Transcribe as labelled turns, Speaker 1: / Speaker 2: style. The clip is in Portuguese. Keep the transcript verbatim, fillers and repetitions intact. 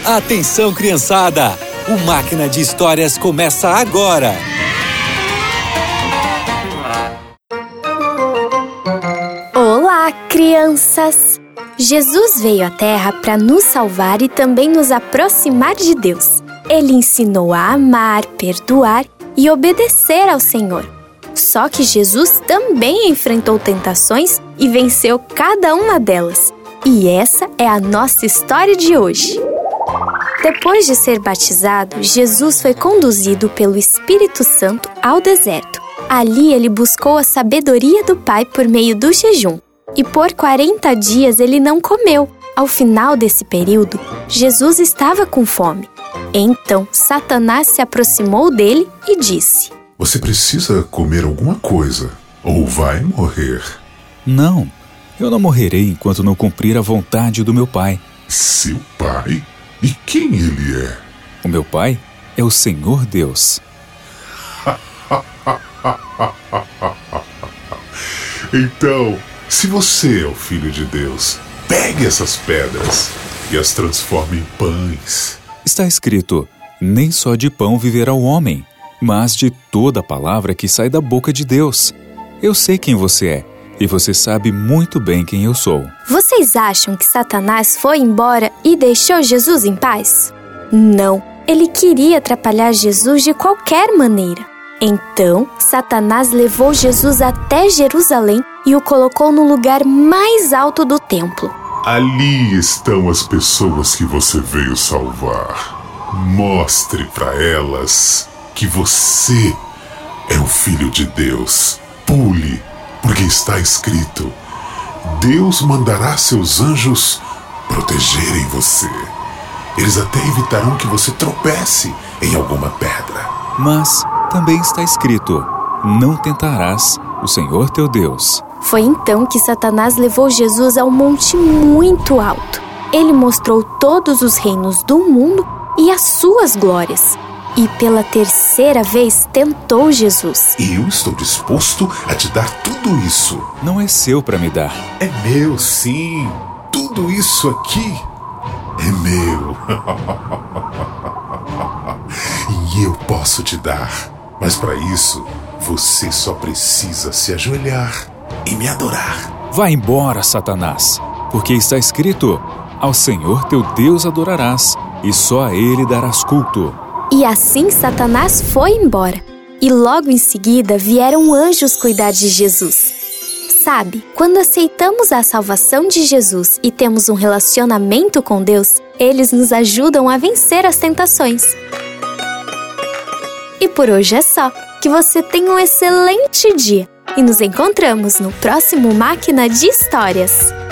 Speaker 1: Atenção, criançada! O Máquina de Histórias começa agora!
Speaker 2: Olá, crianças! Jesus veio à Terra para nos salvar e também nos aproximar de Deus. Ele ensinou a amar, perdoar e obedecer ao Senhor. Só que Jesus também enfrentou tentações e venceu cada uma delas. E essa é a nossa história de hoje. Depois de ser batizado, Jesus foi conduzido pelo Espírito Santo ao deserto. Ali ele buscou a sabedoria do Pai por meio do jejum. E por quarenta dias ele não comeu. Ao final desse período, Jesus estava com fome. Então, Satanás se aproximou dele e disse:
Speaker 3: Você precisa comer alguma coisa, ou vai morrer.
Speaker 4: Não, eu não morrerei enquanto não cumprir a vontade do meu Pai.
Speaker 3: Seu Pai? E quem ele é?
Speaker 4: O meu Pai é o Senhor Deus.
Speaker 3: Então, se você é o Filho de Deus, pegue essas pedras e as transforme em pães.
Speaker 4: Está escrito: nem só de pão viverá o homem, mas de toda a palavra que sai da boca de Deus. Eu sei quem você é, e você sabe muito bem quem eu sou.
Speaker 2: Vocês acham que Satanás foi embora e deixou Jesus em paz? Não, ele queria atrapalhar Jesus de qualquer maneira. Então, Satanás levou Jesus até Jerusalém e o colocou no lugar mais alto do templo.
Speaker 3: Ali estão as pessoas que você veio salvar. Mostre para elas que você é o Filho de Deus. Pule, porque está escrito: Deus mandará seus anjos protegerem você. Eles até evitarão que você tropece em alguma pedra.
Speaker 4: Mas também está escrito: não tentarás o Senhor teu Deus.
Speaker 2: Foi então que Satanás levou Jesus a um monte muito alto. Ele mostrou todos os reinos do mundo e as suas glórias. E pela terceira vez tentou Jesus.
Speaker 3: Eu estou disposto a te dar tudo isso.
Speaker 4: Não é seu para me dar.
Speaker 3: É meu, sim. Tudo isso aqui é meu. E eu posso te dar. Mas para isso, você só precisa se ajoelhar e me adorar.
Speaker 4: Vá embora, Satanás, porque está escrito: ao Senhor teu Deus adorarás, e só a Ele darás culto.
Speaker 2: E assim Satanás foi embora. E logo em seguida vieram anjos cuidar de Jesus. Sabe, quando aceitamos a salvação de Jesus e temos um relacionamento com Deus, eles nos ajudam a vencer as tentações. E por hoje é só. Que você tenha um excelente dia. E nos encontramos no próximo Máquina de Histórias.